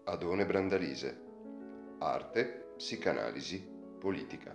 Adone Brandalise. Arte, psicanalisi, politica.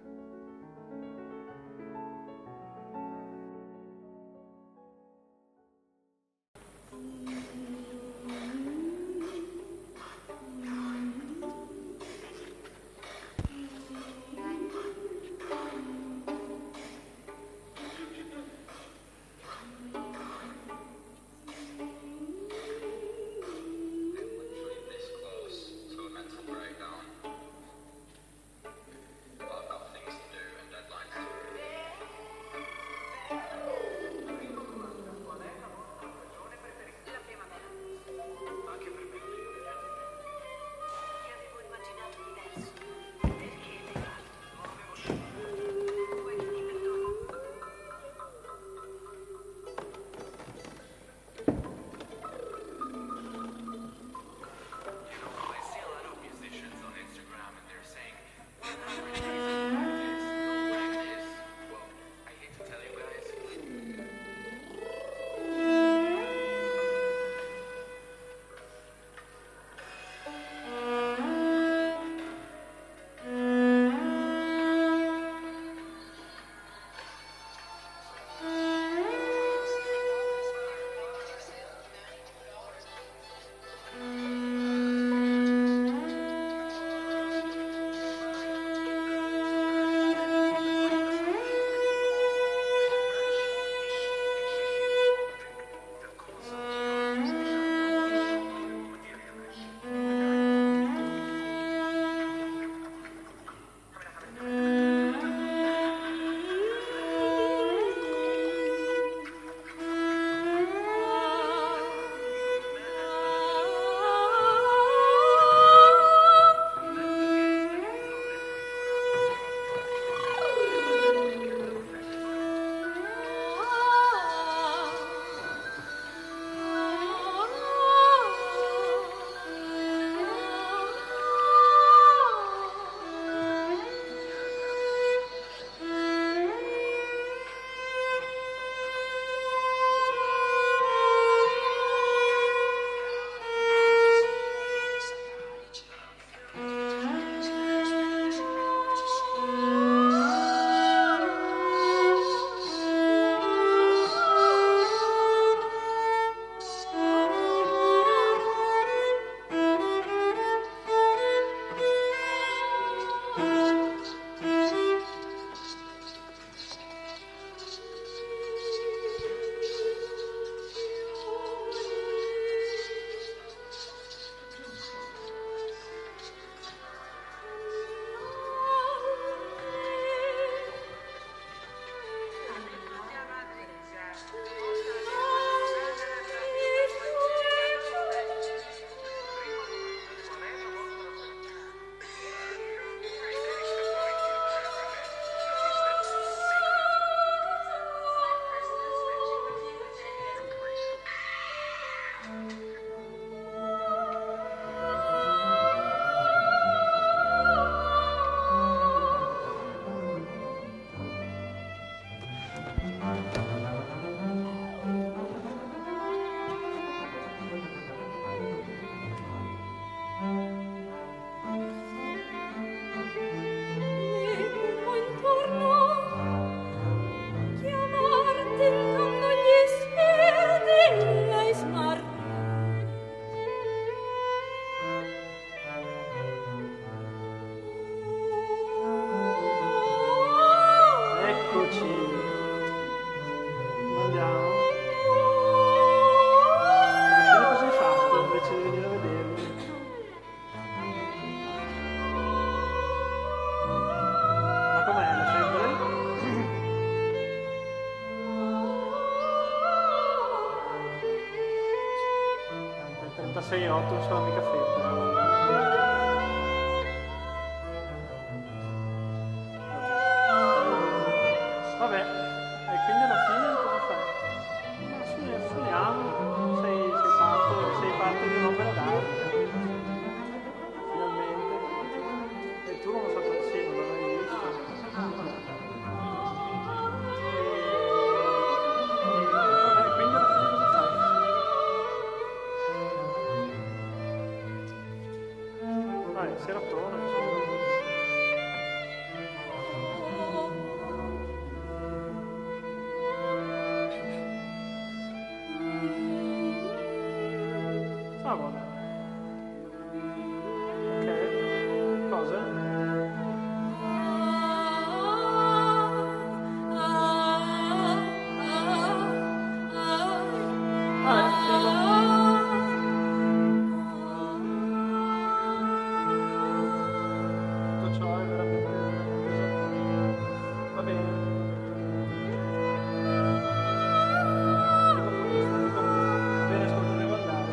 Non sono mica freddo. Vabbè, e quindi alla fine cosa fai? Ma suoniamo, sei parte di un'opera d'arte. Finalmente. E tu non lo so, sì, non l'avevi visto. seratone. Ah, buono. Ok. Cosa? Tutto ciò è veramente va bene. Bene, ascolta, devo andare.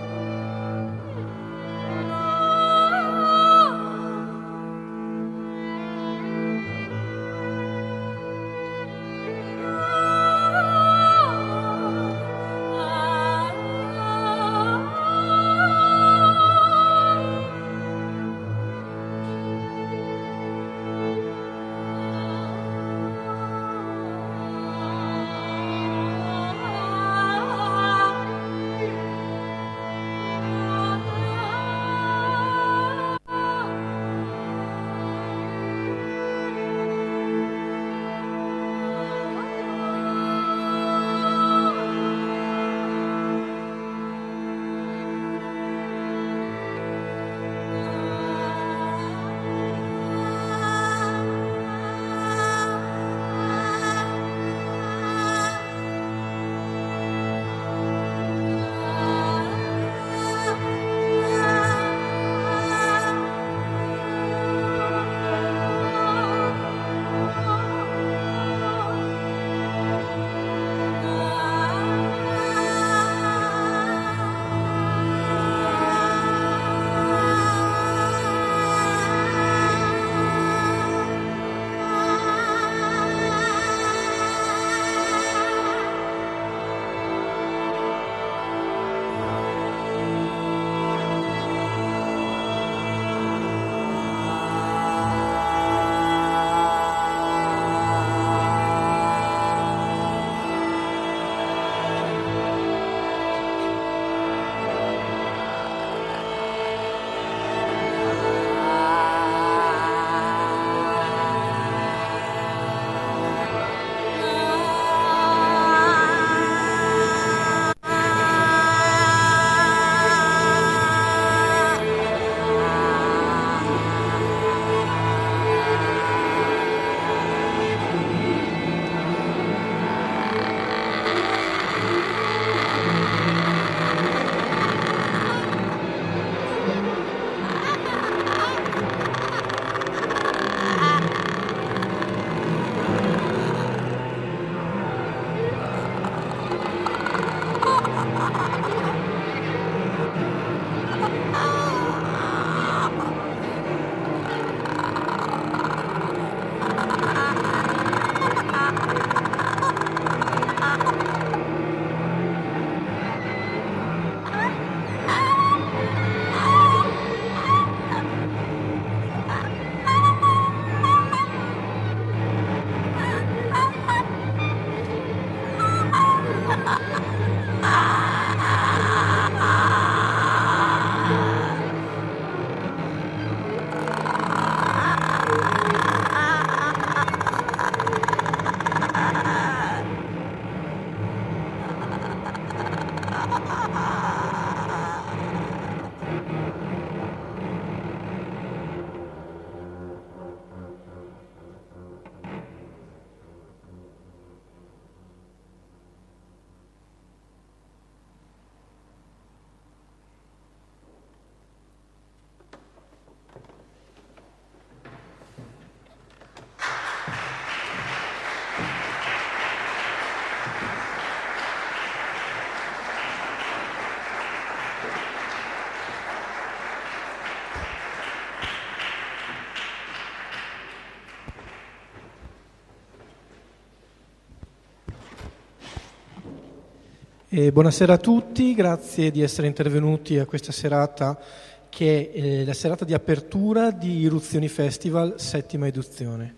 Buonasera a tutti, grazie di essere intervenuti a questa serata che è la serata di apertura di Iruzioni Festival, 7ª edizione.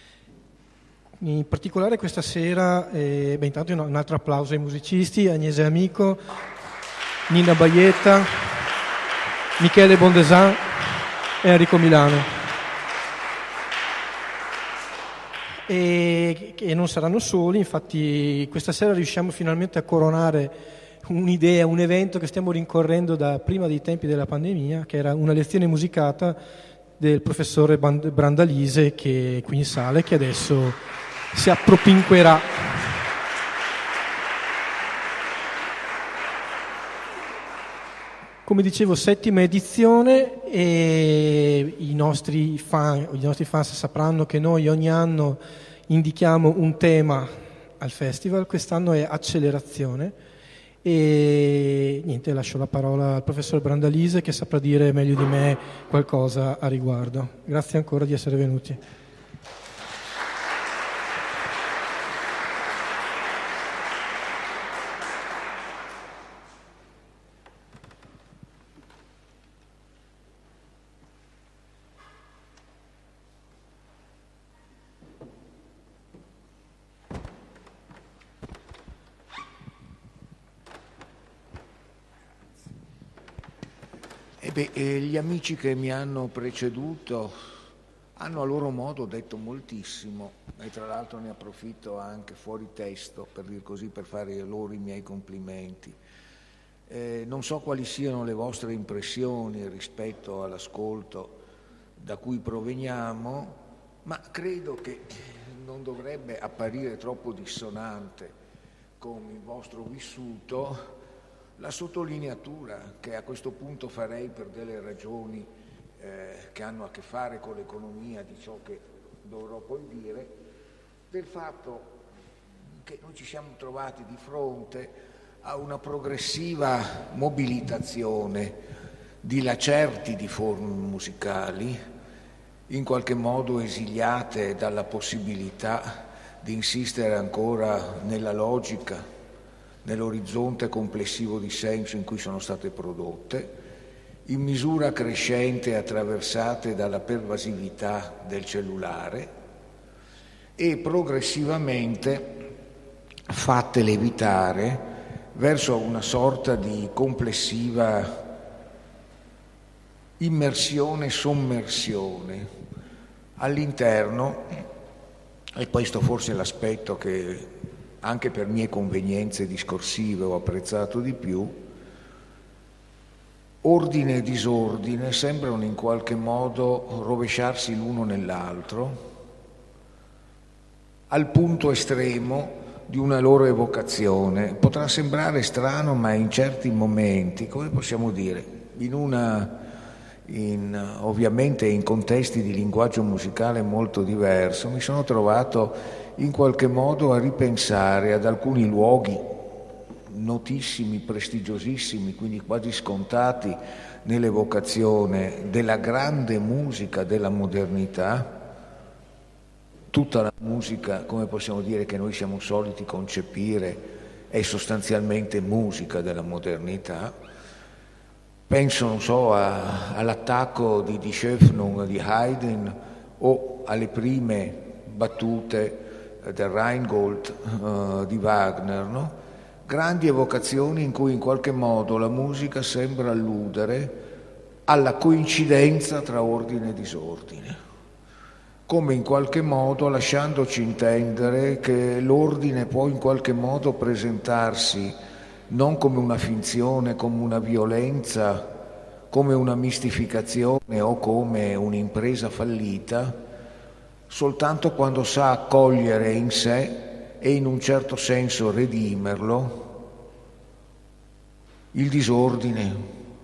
In particolare questa sera, intanto un altro applauso ai musicisti, Agnese Amico, Nina Baietta, Michele Bondesan, Enrico Milano. E non saranno soli, infatti questa sera riusciamo finalmente a coronare un'idea, un evento che stiamo rincorrendo da prima dei tempi della pandemia, che era una lezione musicata del professore Brandalise, che è qui in sala e che adesso si appropinquerà. Come dicevo, 7ª edizione, e i nostri fans sapranno che noi ogni anno indichiamo un tema al festival. Quest'anno è accelerazione e niente, lascio la parola al professor Brandalise che saprà dire meglio di me qualcosa a riguardo. Grazie ancora di essere venuti. Gli amici che mi hanno preceduto hanno a loro modo detto moltissimo, e tra l'altro ne approfitto anche fuori testo, per dir così, per fare loro i miei complimenti. Non so quali siano le vostre impressioni rispetto all'ascolto da cui proveniamo, ma credo che non dovrebbe apparire troppo dissonante con il vostro vissuto la sottolineatura che a questo punto farei, per delle ragioni che hanno a che fare con l'economia di ciò che dovrò poi dire, del fatto che noi ci siamo trovati di fronte a una progressiva mobilitazione di lacerti di forme musicali, in qualche modo esiliate dalla possibilità di insistere ancora nella logica, nell'orizzonte complessivo di senso in cui sono state prodotte, in misura crescente attraversate dalla pervasività del cellulare e progressivamente fatte levitare verso una sorta di complessiva immersione-sommersione all'interno, e questo forse è l'aspetto che anche per mie convenienze discorsive ho apprezzato di più, ordine e disordine sembrano in qualche modo rovesciarsi l'uno nell'altro, al punto estremo di una loro evocazione. Potrà sembrare strano, ma in certi momenti, come possiamo dire, ovviamente in contesti di linguaggio musicale molto diverso, mi sono trovato in qualche modo a ripensare ad alcuni luoghi notissimi, prestigiosissimi, quindi quasi scontati nell'evocazione della grande musica della modernità, tutta la musica, come possiamo dire, che noi siamo soliti concepire è sostanzialmente musica della modernità. Penso, non so, all'attacco di Die Schöpfung di Haydn o alle prime battute del Rheingold di Wagner, no? Grandi evocazioni in cui in qualche modo la musica sembra alludere alla coincidenza tra ordine e disordine, come in qualche modo lasciandoci intendere che l'ordine può in qualche modo presentarsi non come una finzione, come una violenza, come una mistificazione o come un'impresa fallita, soltanto quando sa accogliere in sé e in un certo senso redimerlo il disordine,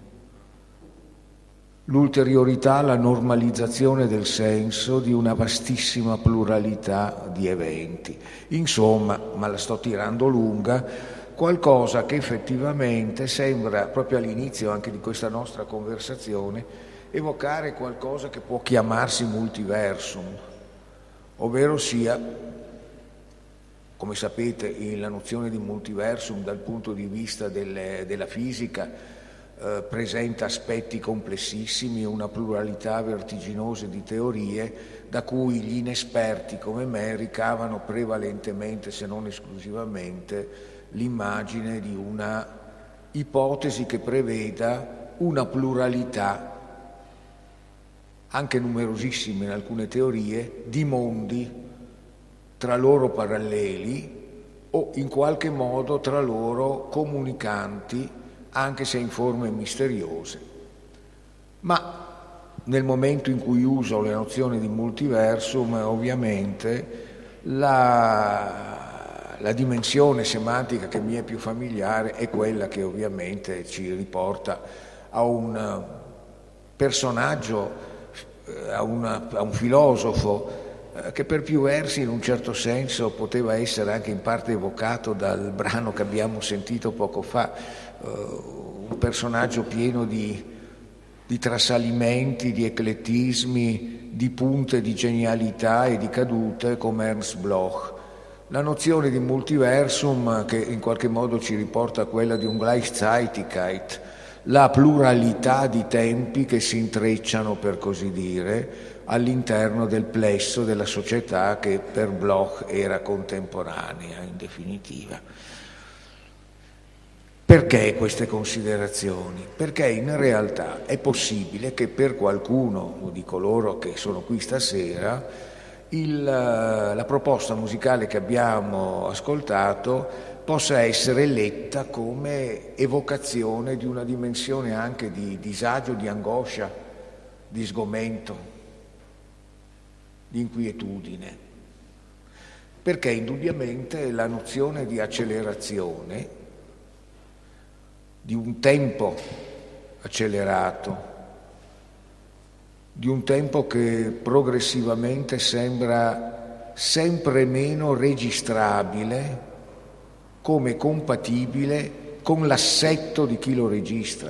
l'ulteriorità, la normalizzazione del senso di una vastissima pluralità di eventi. Insomma, ma la sto tirando lunga, qualcosa che effettivamente sembra, proprio all'inizio anche di questa nostra conversazione, evocare qualcosa che può chiamarsi multiversum, ovvero sia, come sapete, la nozione di multiversum dal punto di vista della fisica presenta aspetti complessissimi, una pluralità vertiginosa di teorie da cui gli inesperti come me ricavano prevalentemente, se non esclusivamente, l'immagine di una ipotesi che preveda una pluralità anche numerosissime in alcune teorie, di mondi tra loro paralleli o in qualche modo tra loro comunicanti, anche se in forme misteriose. Ma nel momento in cui uso le nozioni di multiversum, ovviamente la dimensione semantica che mi è più familiare è quella che ovviamente ci riporta a un personaggio, a un filosofo che per più versi in un certo senso poteva essere anche in parte evocato dal brano che abbiamo sentito poco fa, un personaggio pieno di trasalimenti, di eclettismi, di punte di genialità e di cadute come Ernst Bloch. La nozione di multiversum che in qualche modo ci riporta a quella di un Gleichzeitigkeit, la pluralità di tempi che si intrecciano, per così dire, all'interno del plesso della società che per Bloch era contemporanea, in definitiva. Perché queste considerazioni? Perché in realtà è possibile che per qualcuno di coloro che sono qui stasera la proposta musicale che abbiamo ascoltato possa essere letta come evocazione di una dimensione anche di disagio, di angoscia, di sgomento, di inquietudine. Perché indubbiamente la nozione di accelerazione, di un tempo accelerato, di un tempo che progressivamente sembra sempre meno registrabile come compatibile con l'assetto di chi lo registra.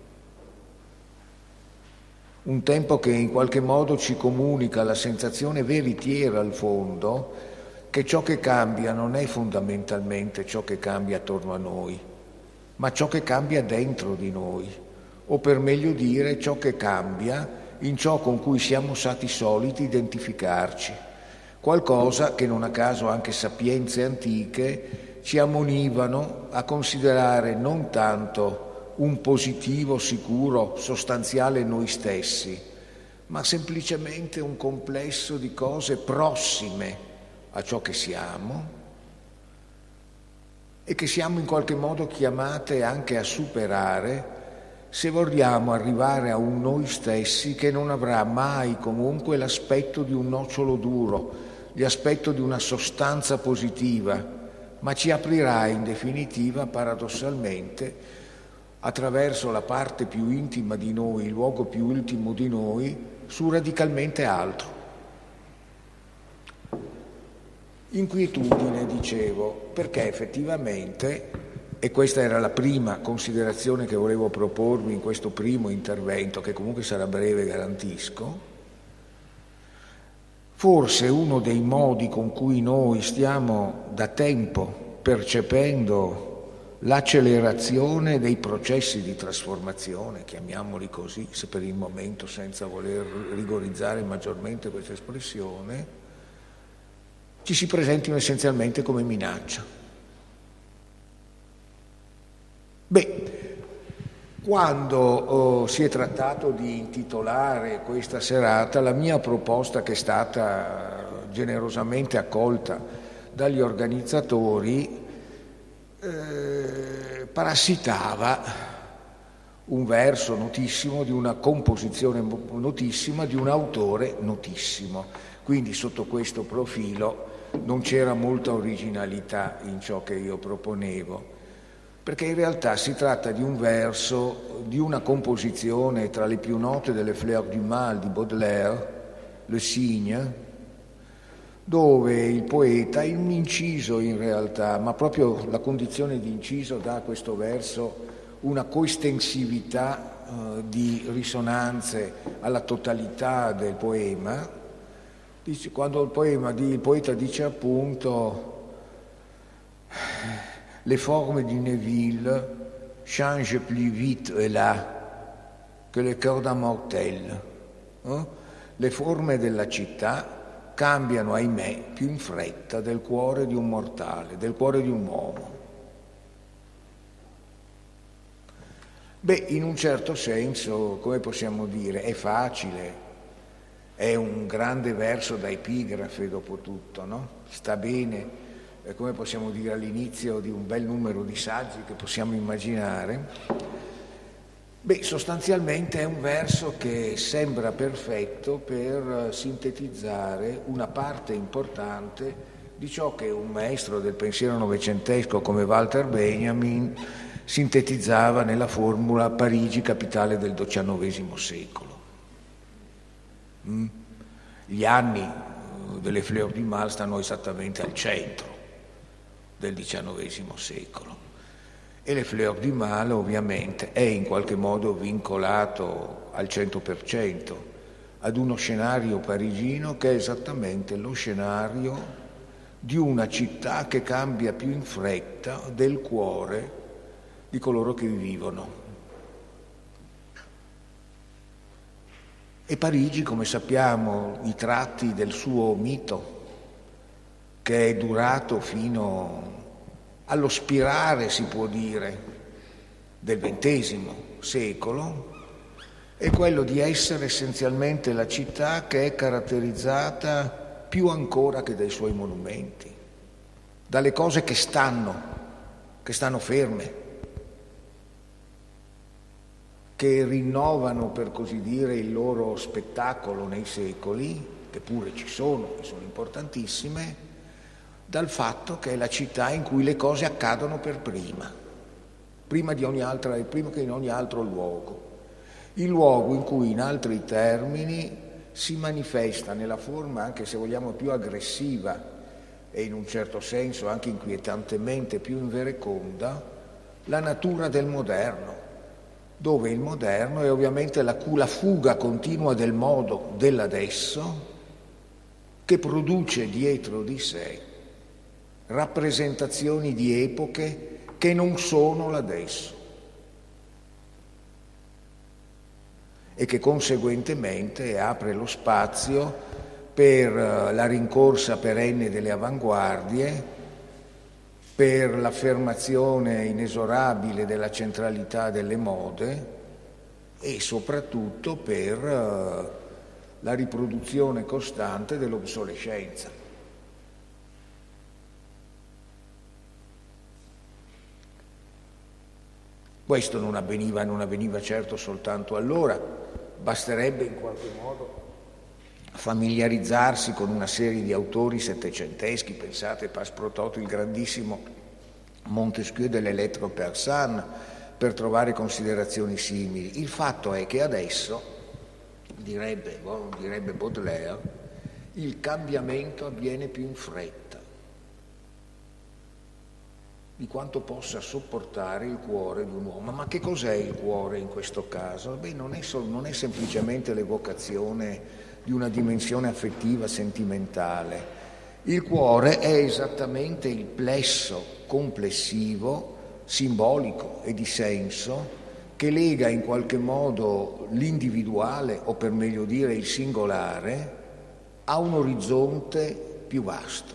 Un tempo che in qualche modo ci comunica la sensazione veritiera al fondo che ciò che cambia non è fondamentalmente ciò che cambia attorno a noi, ma ciò che cambia dentro di noi, o per meglio dire ciò che cambia in ciò con cui siamo stati soliti identificarci, qualcosa che non a caso anche sapienze antiche ci ammonivano a considerare non tanto un positivo, sicuro, sostanziale noi stessi, ma semplicemente un complesso di cose prossime a ciò che siamo e che siamo in qualche modo chiamate anche a superare se vogliamo arrivare a un noi stessi che non avrà mai comunque l'aspetto di un nocciolo duro, l'aspetto di una sostanza positiva, ma ci aprirà in definitiva, paradossalmente, attraverso la parte più intima di noi, il luogo più intimo di noi, su radicalmente altro. Inquietudine, dicevo, perché effettivamente, e questa era la prima considerazione che volevo proporvi in questo primo intervento, che comunque sarà breve, garantisco, forse uno dei modi con cui noi stiamo da tempo percependo l'accelerazione dei processi di trasformazione, chiamiamoli così, se per il momento senza voler rigorizzare maggiormente questa espressione, ci si presentino essenzialmente come minaccia. Quando si è trattato di intitolare questa serata, la mia proposta, che è stata generosamente accolta dagli organizzatori, parassitava un verso notissimo di una composizione notissima di un autore notissimo. Quindi sotto questo profilo non c'era molta originalità in ciò che io proponevo, perché in realtà si tratta di un verso di una composizione tra le più note delle Fleurs du Mal di Baudelaire, Le Cygne, dove il poeta, in un inciso in realtà, ma proprio la condizione di inciso dà a questo verso una coestensività di risonanze alla totalità del poema. Dice, quando il poeta dice appunto les formes du Neville changent plus vite et là que le cœur d'un mortel. Le forme della città cambiano, ahimè, più in fretta del cuore di un mortale, del cuore di un uomo. In un certo senso, come possiamo dire, è facile è un grande verso da epigrafe dopo tutto, no? Sta bene, come possiamo dire, all'inizio di un bel numero di saggi che possiamo immaginare. Beh, sostanzialmente è un verso che sembra perfetto per sintetizzare una parte importante di ciò che un maestro del pensiero novecentesco come Walter Benjamin sintetizzava nella formula Parigi, capitale del XIX secolo. Gli anni delle Fleurs du Mal stanno esattamente al centro del XIX secolo e le Fleurs du Mal ovviamente è in qualche modo vincolato al 100% ad uno scenario parigino che è esattamente lo scenario di una città che cambia più in fretta del cuore di coloro che vi vivono. E Parigi, come sappiamo, i tratti del suo mito, che è durato fino allo spirare, si può dire, del XX secolo, è quello di essere essenzialmente la città che è caratterizzata più ancora che dai suoi monumenti, dalle cose che stanno ferme, che rinnovano, per così dire, il loro spettacolo nei secoli, che pure ci sono, che sono importantissime, dal fatto che è la città in cui le cose accadono per prima che in ogni altro luogo. Il luogo in cui, in altri termini, si manifesta nella forma, anche se vogliamo più aggressiva e in un certo senso anche inquietantemente più invereconda, la natura del moderno, dove il moderno è ovviamente la fuga continua del modo dell'adesso che produce dietro di sé rappresentazioni di epoche che non sono l'adesso e che conseguentemente apre lo spazio per la rincorsa perenne delle avanguardie, per l'affermazione inesorabile della centralità delle mode e soprattutto per la riproduzione costante dell'obsolescenza. Questo non avveniva certo soltanto allora, basterebbe in qualche modo familiarizzarsi con una serie di autori settecenteschi, pensate Passepartout, il grandissimo Montesquieu dell'Electro Persan, per trovare considerazioni simili. Il fatto è che adesso, direbbe Baudelaire, il cambiamento avviene più in fretta di quanto possa sopportare il cuore di un uomo. Ma che cos'è il cuore in questo caso? Beh, non è semplicemente l'evocazione di una dimensione affettiva, sentimentale. Il cuore è esattamente il plesso complessivo, simbolico e di senso, che lega in qualche modo l'individuale, o per meglio dire il singolare, a un orizzonte più vasto.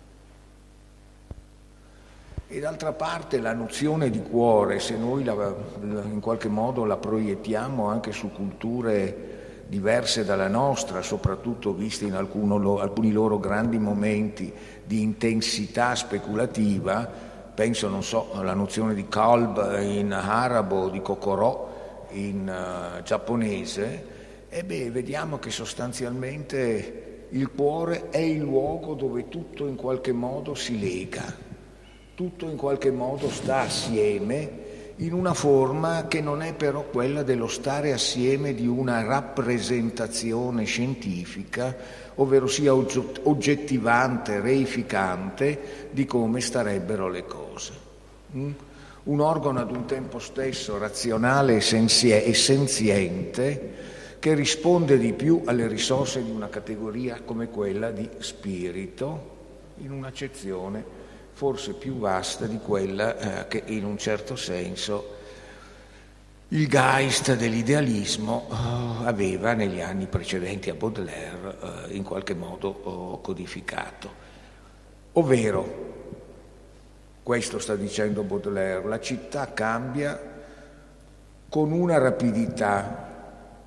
E d'altra parte la nozione di cuore, se noi in qualche modo la proiettiamo anche su culture diverse dalla nostra, soprattutto viste in alcuni loro grandi momenti di intensità speculativa, penso, non so, alla nozione di kalb in arabo, di kokoro in giapponese, vediamo che sostanzialmente il cuore è il luogo dove tutto in qualche modo si lega, tutto in qualche modo sta assieme, in una forma che non è però quella dello stare assieme di una rappresentazione scientifica, ovvero sia oggettivante, reificante di come starebbero le cose. Un organo ad un tempo stesso razionale e senziente, che risponde di più alle risorse di una categoria come quella di spirito, in un'accezione forse più vasta di quella che in un certo senso il Geist dell'idealismo aveva negli anni precedenti a Baudelaire in qualche modo codificato. Ovvero, questo sta dicendo Baudelaire, la città cambia con una rapidità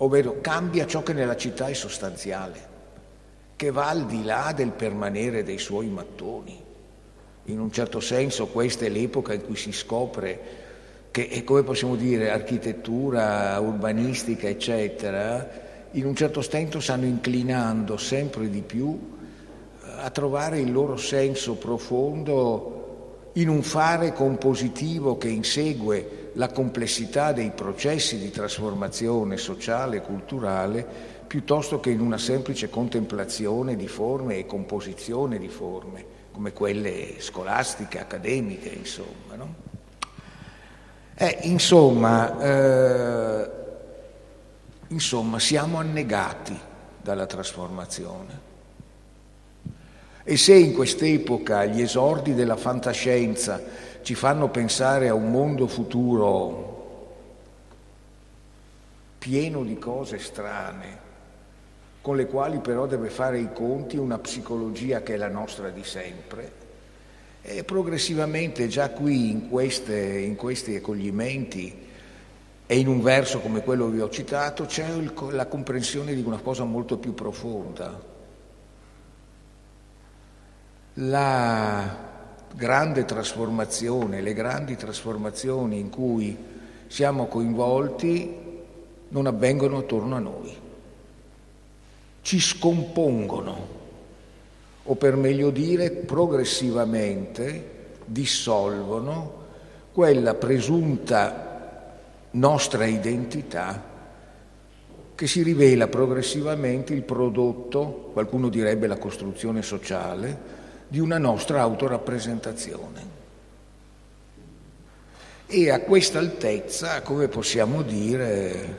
ovvero cambia ciò che nella città è sostanziale, che va al di là del permanere dei suoi mattoni. In un certo senso questa è l'epoca in cui si scopre che, come possiamo dire, architettura, urbanistica, eccetera, in un certo senso stanno inclinando sempre di più a trovare il loro senso profondo in un fare compositivo che insegue la complessità dei processi di trasformazione sociale e culturale, piuttosto che in una semplice contemplazione di forme e composizione di forme, come quelle scolastiche, accademiche, insomma, no? Insomma, siamo annegati dalla trasformazione. E se in quest'epoca gli esordi della fantascienza ci fanno pensare a un mondo futuro pieno di cose strane, con le quali però deve fare i conti una psicologia che è la nostra di sempre, e progressivamente già qui in questi accoglimenti e in un verso come quello che vi ho citato c'è la comprensione di una cosa molto più profonda. La grande trasformazione, le grandi trasformazioni in cui siamo coinvolti non avvengono attorno a noi, ci scompongono, o per meglio dire progressivamente dissolvono quella presunta nostra identità che si rivela progressivamente il prodotto, qualcuno direbbe la costruzione sociale, di una nostra autorappresentazione. E a questa altezza, come possiamo dire,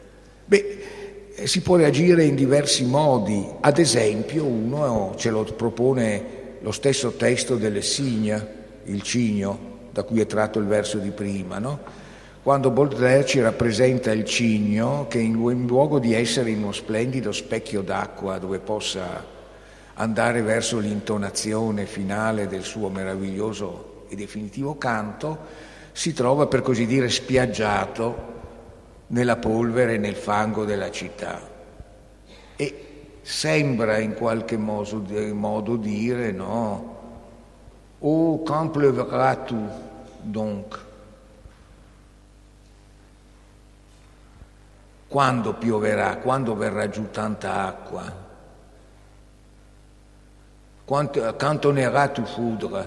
si può reagire in diversi modi. Ad esempio, uno ce lo propone lo stesso testo delle Signes, il cigno, da cui è tratto il verso di prima, no? Quando Baudelaire ci rappresenta il cigno che in luogo di essere in uno splendido specchio d'acqua dove possa andare verso l'intonazione finale del suo meraviglioso e definitivo canto, si trova, per così dire, spiaggiato nella polvere e nel fango della città, e sembra in qualche modo dire, no, oh, quand pleuvras-tu donc? Quando pioverà, quando verrà giù tanta acqua? Quand tonnerà-tu foudre?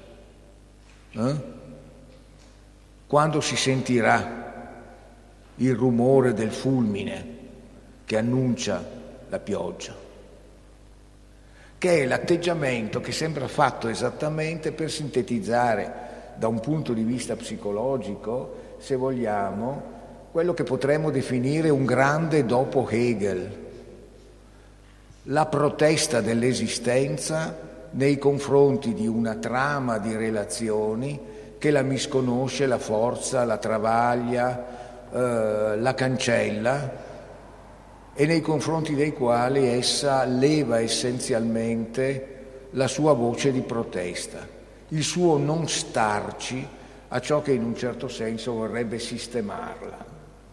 Quando si sentirà il rumore del fulmine che annuncia la pioggia, che è l'atteggiamento che sembra fatto esattamente per sintetizzare da un punto di vista psicologico, se vogliamo, quello che potremmo definire un grande dopo Hegel, la protesta dell'esistenza nei confronti di una trama di relazioni che la misconosce, la forza, la travaglia, la cancella, e nei confronti dei quali essa leva essenzialmente la sua voce di protesta, il suo non starci a ciò che in un certo senso vorrebbe sistemarla.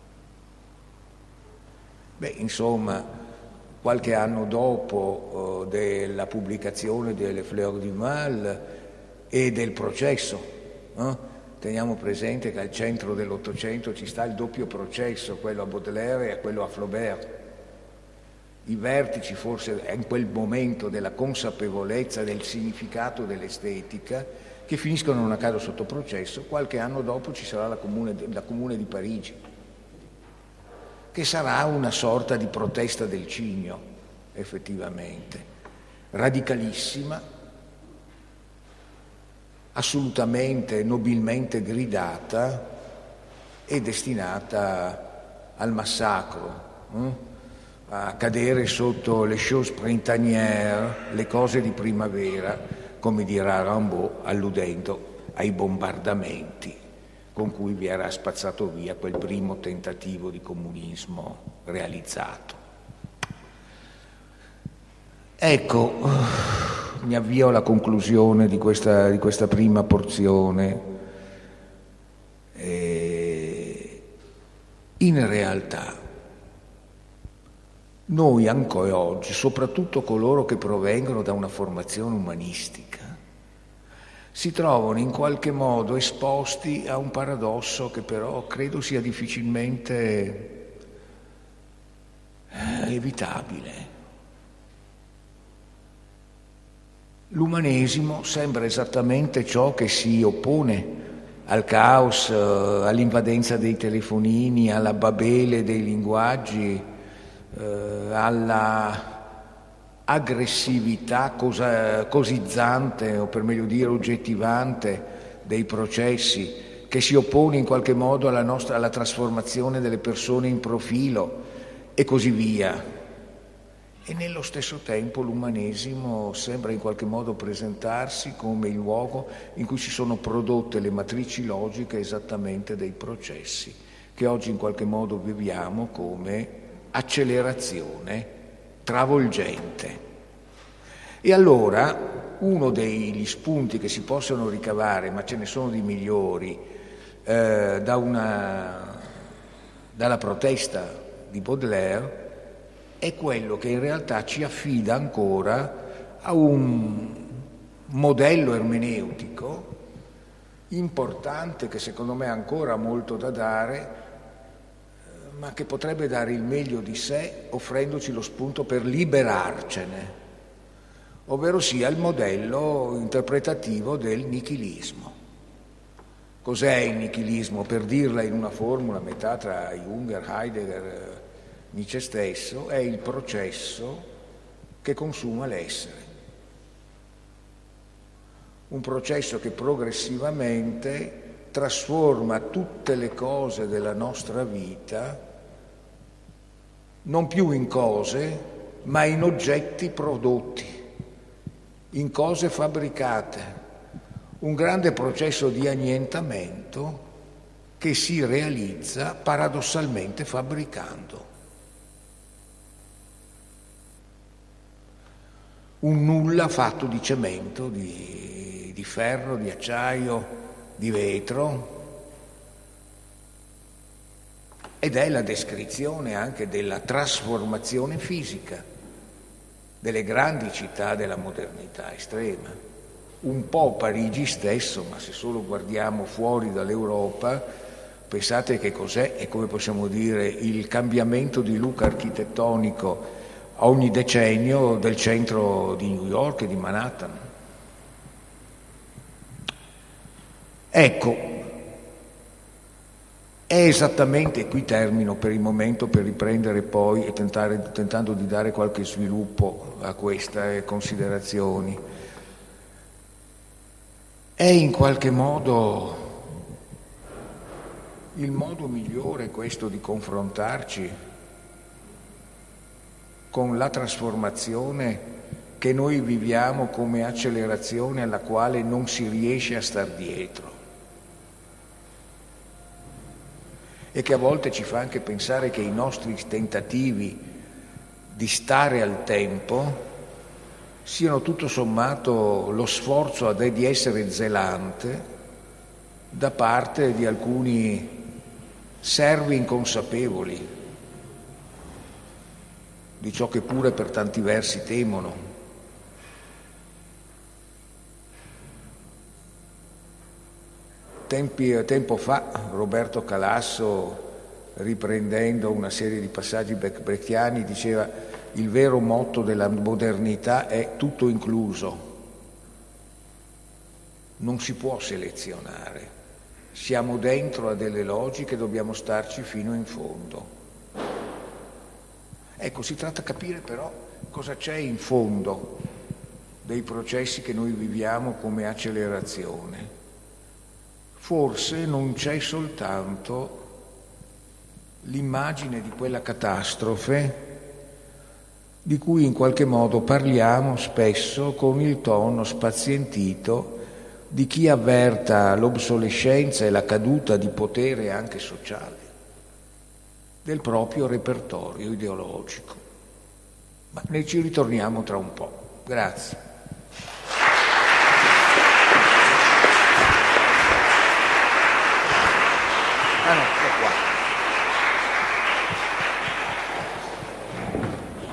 Insomma, qualche anno dopo della pubblicazione delle Fleurs du Mal e del processo, teniamo presente che al centro dell'Ottocento ci sta il doppio processo, quello a Baudelaire e quello a Flaubert. I vertici forse in quel momento della consapevolezza del significato dell'estetica, che finiscono non a caso sotto processo. Qualche anno dopo ci sarà la Comune di Parigi, che sarà una sorta di protesta del cigno, effettivamente, radicalissima, assolutamente, nobilmente gridata e destinata al massacro, a cadere sotto les choses printanières, le cose di primavera, come dirà Rimbaud, alludendo ai bombardamenti con cui vi era spazzato via quel primo tentativo di comunismo realizzato. Ecco, mi avvio alla conclusione di questa prima porzione. In realtà noi ancora oggi, soprattutto coloro che provengono da una formazione umanistica, si trovano in qualche modo esposti a un paradosso che però credo sia difficilmente evitabile. L'umanesimo sembra esattamente ciò che si oppone al caos, all'invadenza dei telefonini, alla babele dei linguaggi, alla aggressività cosizzante, o per meglio dire oggettivante, dei processi, che si oppone in qualche modo alla trasformazione delle persone in profilo e così via. E nello stesso tempo l'umanesimo sembra in qualche modo presentarsi come il luogo in cui si sono prodotte le matrici logiche esattamente dei processi che oggi in qualche modo viviamo come accelerazione travolgente. E allora uno degli spunti che si possono ricavare, ma ce ne sono di migliori, dalla protesta di Baudelaire, è quello che in realtà ci affida ancora a un modello ermeneutico importante che secondo me ha ancora molto da dare, ma che potrebbe dare il meglio di sé offrendoci lo spunto per liberarcene, ovvero sia il modello interpretativo del nichilismo. Cos'è il nichilismo? Per dirla in una formula a metà tra Junger, Heidegger, Nietzsche stesso, è il processo che consuma l'essere. Un processo che progressivamente trasforma tutte le cose della nostra vita non più in cose, ma in oggetti prodotti, in cose fabbricate. Un grande processo di annientamento che si realizza paradossalmente fabbricando. Un nulla fatto di cemento, di ferro, di acciaio, di vetro, ed è la descrizione anche della trasformazione fisica delle grandi città della modernità estrema. Un po' Parigi stesso, ma se solo guardiamo fuori dall'Europa, pensate che cos'è e come possiamo dire il cambiamento di look architettonico ogni decennio del centro di New York e di Manhattan. Ecco, è esattamente, qui termino per il momento per riprendere poi e tentando di dare qualche sviluppo a queste considerazioni, è in qualche modo il modo migliore questo di confrontarci con la trasformazione che noi viviamo come accelerazione alla quale non si riesce a star dietro e che a volte ci fa anche pensare che i nostri tentativi di stare al tempo siano tutto sommato lo sforzo di essere zelante da parte di alcuni servi inconsapevoli di ciò che pure per tanti versi temono. Tempo fa Roberto Calasso, riprendendo una serie di passaggi brechtiani, diceva: il vero motto della modernità è tutto incluso. Non si può selezionare, siamo dentro a delle logiche, dobbiamo starci fino in fondo. Ecco, si tratta di capire però cosa c'è in fondo dei processi che noi viviamo come accelerazione. Forse non c'è soltanto l'immagine di quella catastrofe di cui in qualche modo parliamo spesso con il tono spazientito di chi avverta l'obsolescenza e la caduta di potere anche sociale del proprio repertorio ideologico. Ma ne ci ritorniamo tra un po'. Grazie. Ah no, è qua.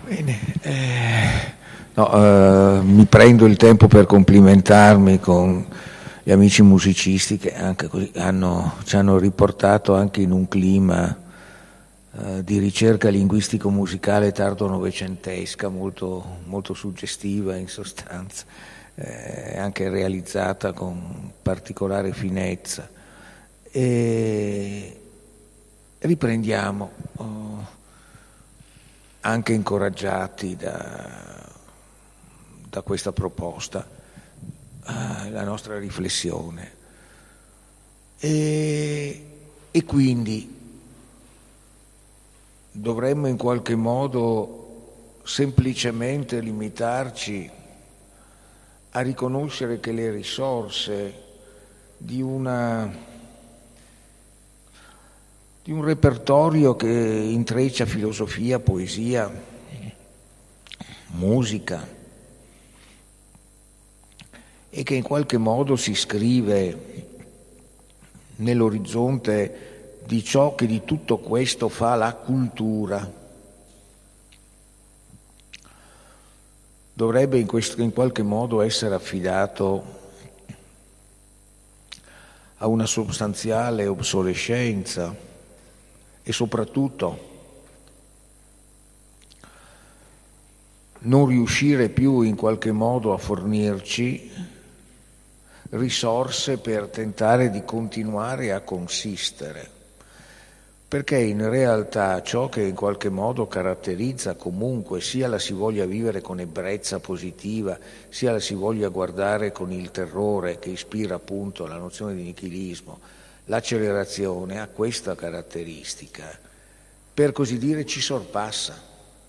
Bene, mi prendo il tempo per complimentarmi con gli amici musicisti che anche così ci hanno riportato anche in un clima di ricerca linguistico-musicale tardo-novecentesca, molto, molto suggestiva in sostanza, anche realizzata con particolare finezza. E riprendiamo, anche incoraggiati da questa proposta, la nostra riflessione. E quindi dovremmo in qualche modo semplicemente limitarci a riconoscere che le risorse di un repertorio che intreccia filosofia, poesia, musica e che in qualche modo si iscrive nell'orizzonte di ciò che di tutto questo fa la cultura, dovrebbe in qualche modo essere affidato a una sostanziale obsolescenza e soprattutto non riuscire più in qualche modo a fornirci risorse per tentare di continuare a consistere. Perché in realtà ciò che in qualche modo caratterizza comunque, sia la si voglia vivere con ebbrezza positiva, sia la si voglia guardare con il terrore che ispira appunto la nozione di nichilismo, l'accelerazione ha questa caratteristica, per così dire ci sorpassa.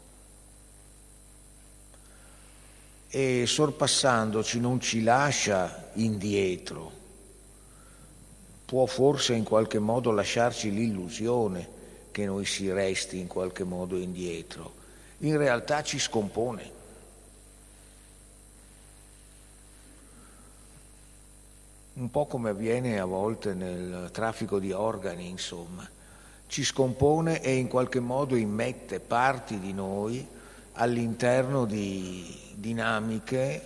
E sorpassandoci non ci lascia indietro. Può forse in qualche modo lasciarci l'illusione che noi si resti in qualche modo indietro. In realtà ci scompone. Un po' come avviene a volte nel traffico di organi, insomma. Ci scompone e in qualche modo immette parti di noi all'interno di dinamiche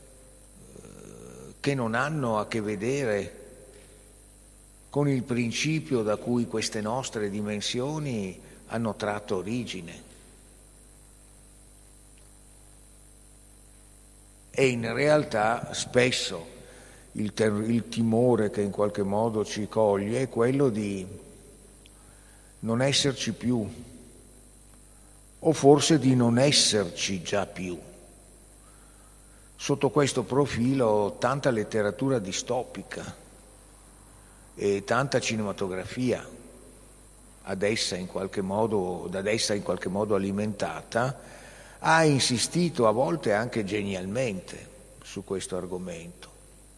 che non hanno a che vedere con il principio da cui queste nostre dimensioni hanno tratto origine. E in realtà spesso il timore che in qualche modo ci coglie è quello di non esserci più, o forse di non esserci già più. Sotto questo profilo tanta letteratura distopica e tanta cinematografia da essa in qualche modo alimentata ha insistito, a volte anche genialmente, su questo argomento.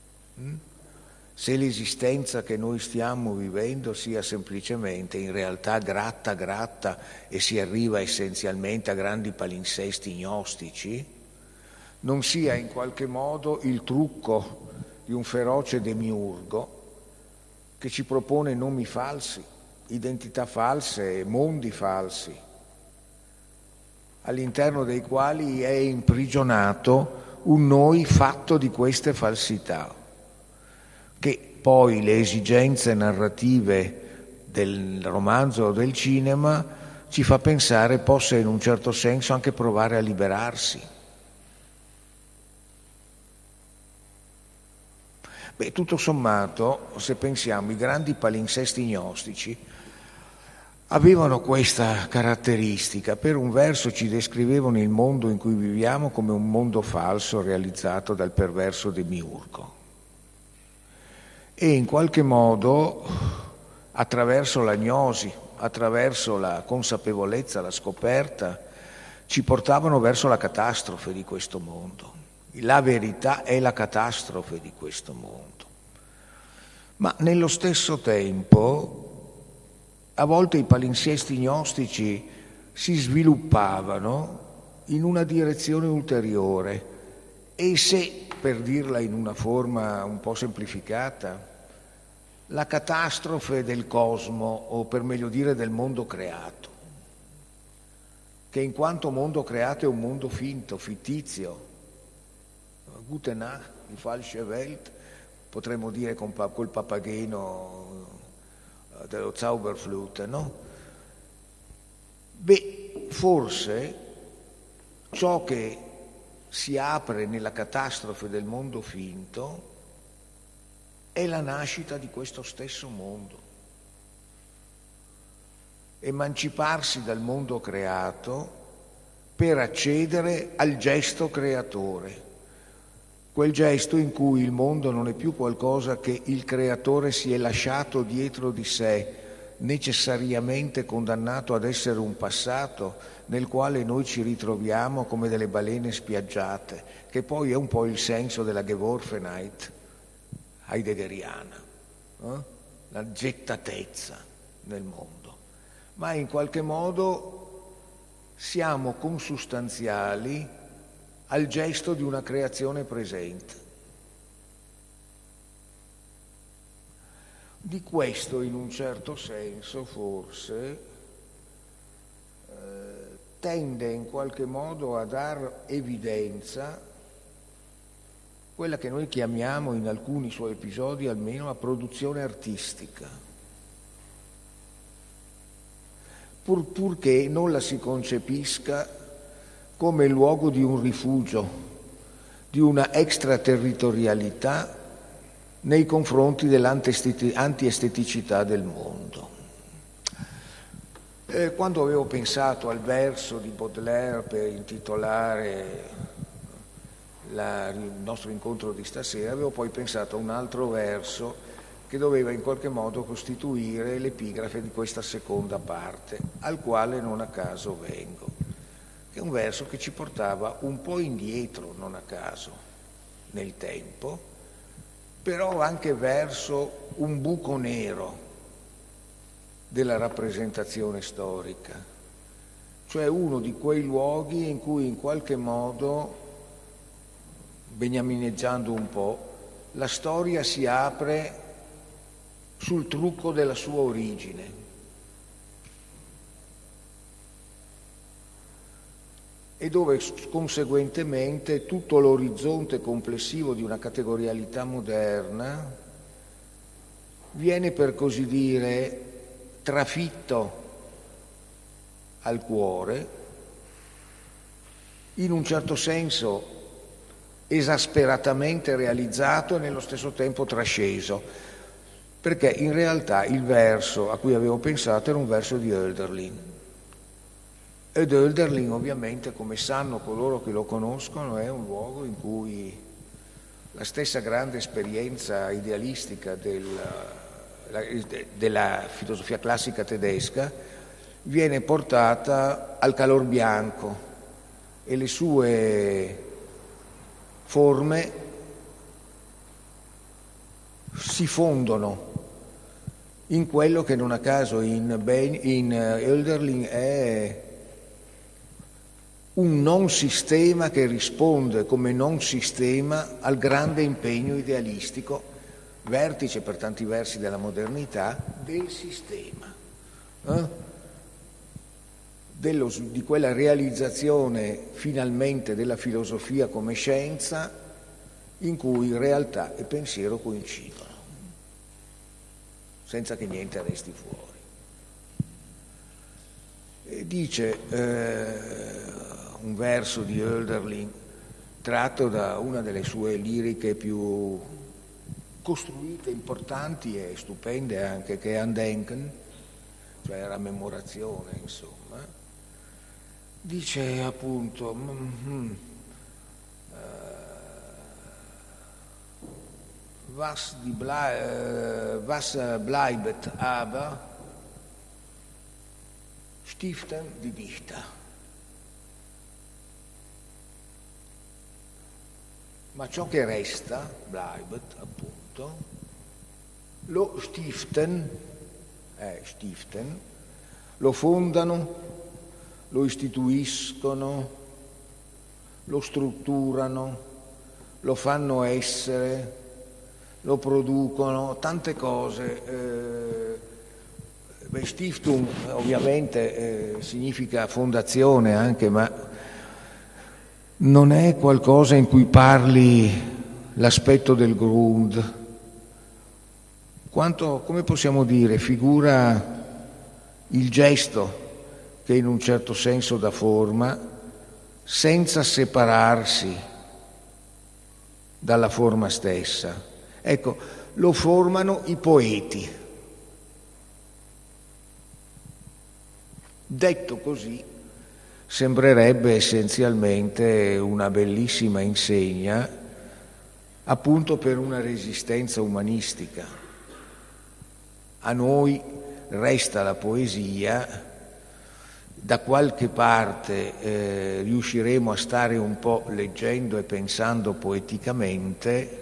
Se l'esistenza che noi stiamo vivendo sia semplicemente in realtà gratta e si arriva essenzialmente a grandi palinsesti gnostici, non sia in qualche modo il trucco di un feroce demiurgo che ci propone nomi falsi, identità false, mondi falsi, all'interno dei quali è imprigionato un noi fatto di queste falsità, che poi le esigenze narrative del romanzo o del cinema ci fa pensare possa in un certo senso anche provare a liberarsi. Beh, tutto sommato, se pensiamo, i grandi palinsesti gnostici avevano questa caratteristica. Per un verso ci descrivevano il mondo in cui viviamo come un mondo falso realizzato dal perverso demiurgo. E in qualche modo, attraverso la gnosi, attraverso la consapevolezza, la scoperta, ci portavano verso la catastrofe di questo mondo. La verità è la catastrofe di questo mondo. Ma nello stesso tempo, a volte i palinsesti gnostici si sviluppavano in una direzione ulteriore e se, per dirla in una forma un po' semplificata, la catastrofe del cosmo, o per meglio dire del mondo creato, che in quanto mondo creato è un mondo finto, fittizio. Gute Nacht, die falsche Welt, potremmo dire col papageno dello Zauberflute, no? Beh, forse ciò che si apre nella catastrofe del mondo finto è la nascita di questo stesso mondo. Emanciparsi dal mondo creato per accedere al gesto creatore, quel gesto in cui il mondo non è più qualcosa che il creatore si è lasciato dietro di sé, necessariamente condannato ad essere un passato nel quale noi ci ritroviamo come delle balene spiaggiate, che poi è un po' il senso della Geworfenheit heideggeriana, la gettatezza nel mondo, ma in qualche modo siamo consustanziali al gesto di una creazione presente. Di questo, in un certo senso, forse tende in qualche modo a dar evidenza quella che noi chiamiamo in alcuni suoi episodi almeno la produzione artistica, purché non la si concepisca come il luogo di un rifugio, di una extraterritorialità nei confronti dell'antiesteticità del mondo. Quando avevo pensato al verso di Baudelaire per intitolare il nostro incontro di stasera, avevo poi pensato a un altro verso che doveva in qualche modo costituire l'epigrafe di questa seconda parte, al quale non a caso vengo, che è un verso che ci portava un po' indietro, non a caso, nel tempo, però anche verso un buco nero della rappresentazione storica, cioè uno di quei luoghi in cui in qualche modo, beniamineggiando un po', la storia si apre sul trucco della sua origine. E dove conseguentemente tutto l'orizzonte complessivo di una categorialità moderna viene, per così dire, trafitto al cuore, in un certo senso esasperatamente realizzato e nello stesso tempo trasceso, perché in realtà il verso a cui avevo pensato era un verso di Hölderlin. Ed Hölderlin, ovviamente, come sanno coloro che lo conoscono, è un luogo in cui la stessa grande esperienza idealistica della filosofia classica tedesca viene portata al calor bianco e le sue forme si fondono in quello che non a caso in Hölderlin è un non sistema che risponde come non sistema al grande impegno idealistico, vertice per tanti versi della modernità, del sistema, di quella realizzazione finalmente della filosofia come scienza in cui realtà e pensiero coincidono, senza che niente resti fuori. E dice un verso di Hölderlin tratto da una delle sue liriche più costruite, importanti e stupende anche, che è Andenken, cioè rammemorazione, insomma. Dice appunto was bleibet aber stiften die Dichter. Ma ciò che resta, bleibet appunto, lo stiften, lo fondano, lo istituiscono, lo strutturano, lo fanno essere, lo producono, tante cose Stiftung ovviamente significa fondazione anche, ma non è qualcosa in cui parli l'aspetto del Grund, quanto, come possiamo dire, figura il gesto che in un certo senso dà forma senza separarsi dalla forma stessa. Ecco, lo formano i poeti. Detto così, sembrerebbe essenzialmente una bellissima insegna, appunto per una resistenza umanistica. A noi resta la poesia, da qualche parte riusciremo a stare un po' leggendo e pensando poeticamente,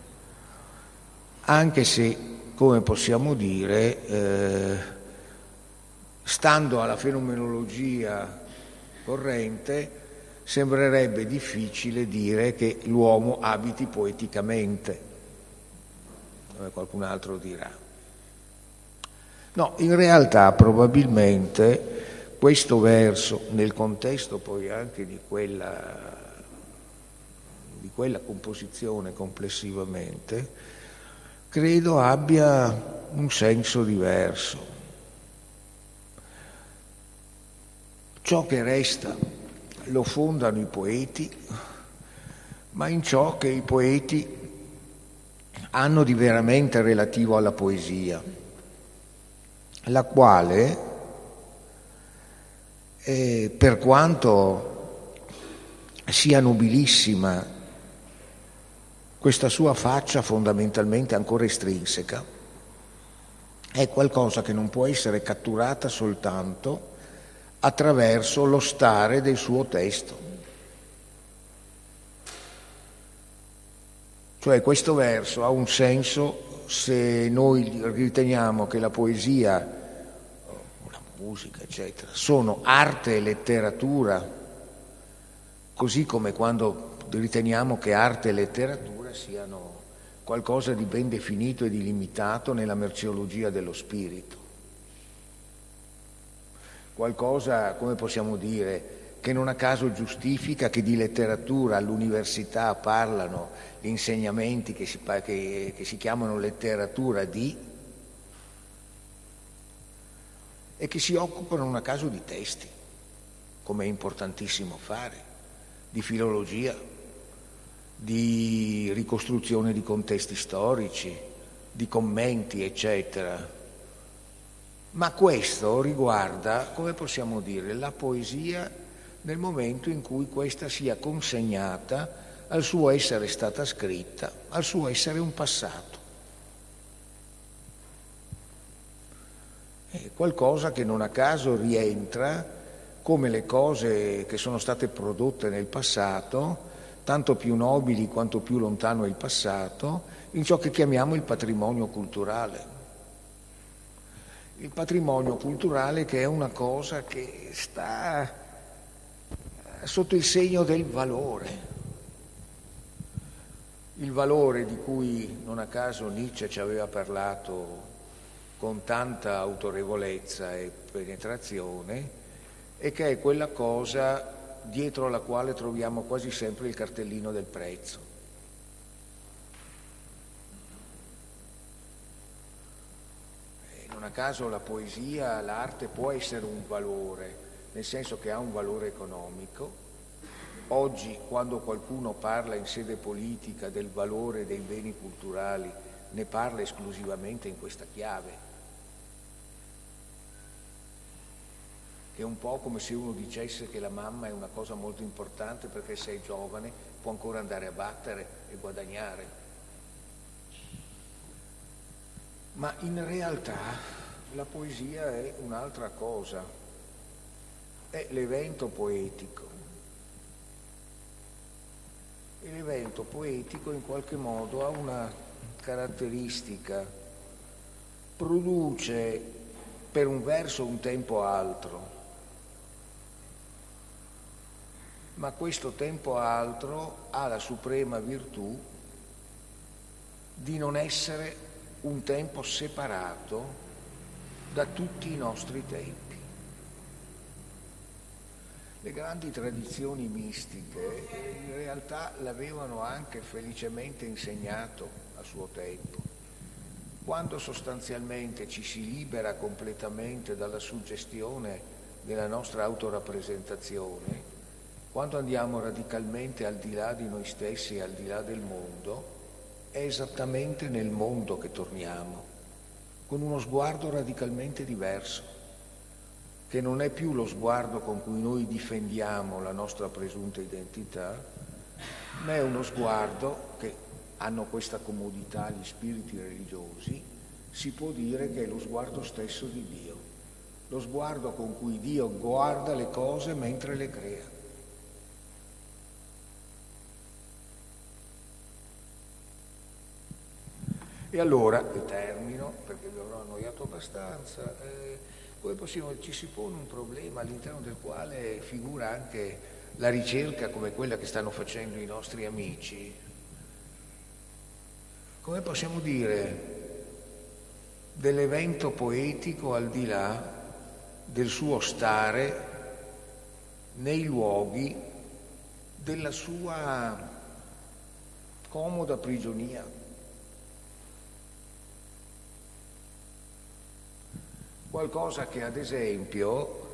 anche se, come possiamo dire, stando alla fenomenologia corrente, sembrerebbe difficile dire che l'uomo abiti poeticamente, come qualcun altro dirà. No, in realtà probabilmente questo verso, nel contesto poi anche di quella composizione complessivamente, credo abbia un senso diverso. Ciò che resta lo fondano i poeti, ma in ciò che i poeti hanno di veramente relativo alla poesia, la quale, per quanto sia nobilissima questa sua faccia fondamentalmente ancora estrinseca, è qualcosa che non può essere catturata soltanto attraverso lo stare del suo testo. Cioè questo verso ha un senso se noi riteniamo che la poesia, la musica, eccetera, sono arte e letteratura, così come quando riteniamo che arte e letteratura siano qualcosa di ben definito e di limitato nella merceologia dello spirito. Qualcosa, come possiamo dire, che non a caso giustifica che di letteratura all'università parlano gli insegnamenti che si chiamano letteratura e che si occupano non a caso di testi, come è importantissimo fare, di filologia, di ricostruzione di contesti storici, di commenti, eccetera. Ma questo riguarda, come possiamo dire, la poesia nel momento in cui questa sia consegnata al suo essere stata scritta, al suo essere un passato. È qualcosa che non a caso rientra, come le cose che sono state prodotte nel passato, tanto più nobili quanto più lontano è il passato, in ciò che chiamiamo il patrimonio culturale. Il patrimonio culturale che è una cosa che sta sotto il segno del valore. Il valore di cui non a caso Nietzsche ci aveva parlato con tanta autorevolezza e penetrazione, e che è quella cosa dietro alla quale troviamo quasi sempre il cartellino del prezzo. Non a caso la poesia, l'arte può essere un valore, nel senso che ha un valore economico. Oggi, quando qualcuno parla in sede politica del valore dei beni culturali, ne parla esclusivamente in questa chiave. Che è un po' come se uno dicesse che la mamma è una cosa molto importante perché se è giovane può ancora andare a battere e guadagnare. Ma in realtà la poesia è un'altra cosa, è l'evento poetico. E l'evento poetico in qualche modo ha una caratteristica, produce per un verso un tempo altro, ma questo tempo altro ha la suprema virtù di non essere un tempo separato da tutti i nostri tempi. Le grandi tradizioni mistiche in realtà l'avevano anche felicemente insegnato a suo tempo. Quando sostanzialmente ci si libera completamente dalla suggestione della nostra autorappresentazione, quando andiamo radicalmente al di là di noi stessi e al di là del mondo, è esattamente nel mondo che torniamo, con uno sguardo radicalmente diverso, che non è più lo sguardo con cui noi difendiamo la nostra presunta identità, ma è uno sguardo che hanno questa comodità gli spiriti religiosi, si può dire che è lo sguardo stesso di Dio, lo sguardo con cui Dio guarda le cose mentre le crea. E allora, e termino, perché vi avrò annoiato abbastanza, poi ci si pone un problema all'interno del quale figura anche la ricerca come quella che stanno facendo i nostri amici. Come possiamo dire dell'evento poetico al di là del suo stare nei luoghi della sua comoda prigionia? Qualcosa che ad esempio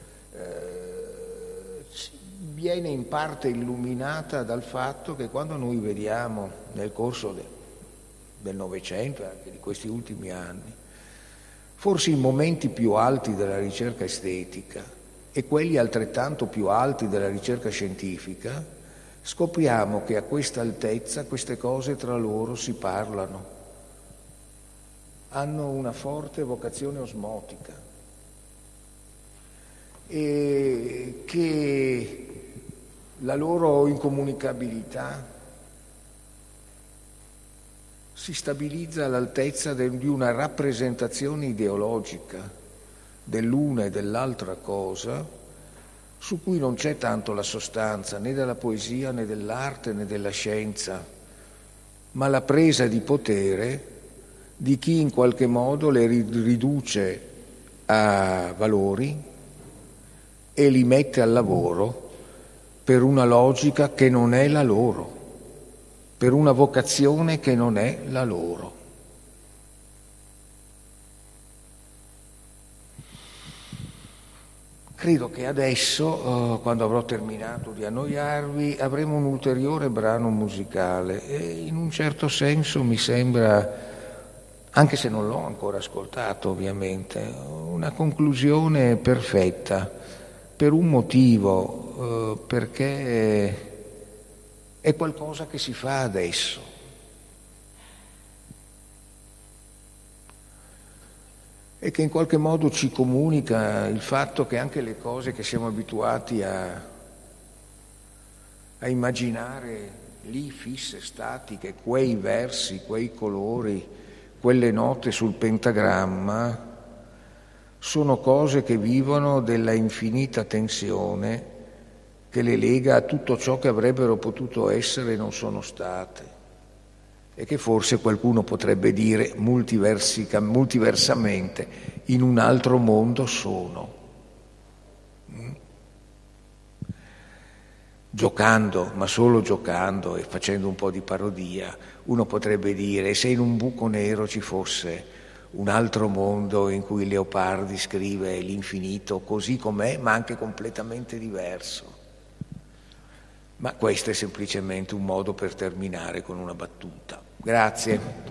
viene in parte illuminata dal fatto che quando noi vediamo nel corso del Novecento e anche di questi ultimi anni, forse i momenti più alti della ricerca estetica e quelli altrettanto più alti della ricerca scientifica, scopriamo che a questa altezza queste cose tra loro si parlano, hanno una forte vocazione osmotica e che la loro incomunicabilità si stabilizza all'altezza di una rappresentazione ideologica dell'una e dell'altra cosa, su cui non c'è tanto la sostanza né della poesia né dell'arte né della scienza, ma la presa di potere di chi in qualche modo le riduce a valori e li mette al lavoro per una logica che non è la loro, per una vocazione che non è la loro. Credo che adesso, quando avrò terminato di annoiarvi, avremo un ulteriore brano musicale e in un certo senso mi sembra, anche se non l'ho ancora ascoltato ovviamente, una conclusione perfetta, per un motivo, perché è qualcosa che si fa adesso. E che in qualche modo ci comunica il fatto che anche le cose che siamo abituati a immaginare lì fisse, statiche, quei versi, quei colori, quelle note sul pentagramma, sono cose che vivono della infinita tensione che le lega a tutto ciò che avrebbero potuto essere e non sono state, e che forse qualcuno potrebbe dire multiversamente in un altro mondo sono. Giocando, ma solo giocando e facendo un po' di parodia, uno potrebbe dire: se in un buco nero ci fosse un altro mondo in cui Leopardi scrive l'infinito così com'è, ma anche completamente diverso. Ma questo è semplicemente un modo per terminare con una battuta. Grazie.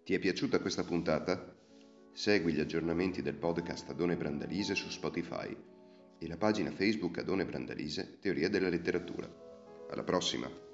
Ti è piaciuta questa puntata? Segui gli aggiornamenti del podcast Adone Brandalise su Spotify e la pagina Facebook Adone Brandalise Teoria della letteratura. Alla prossima!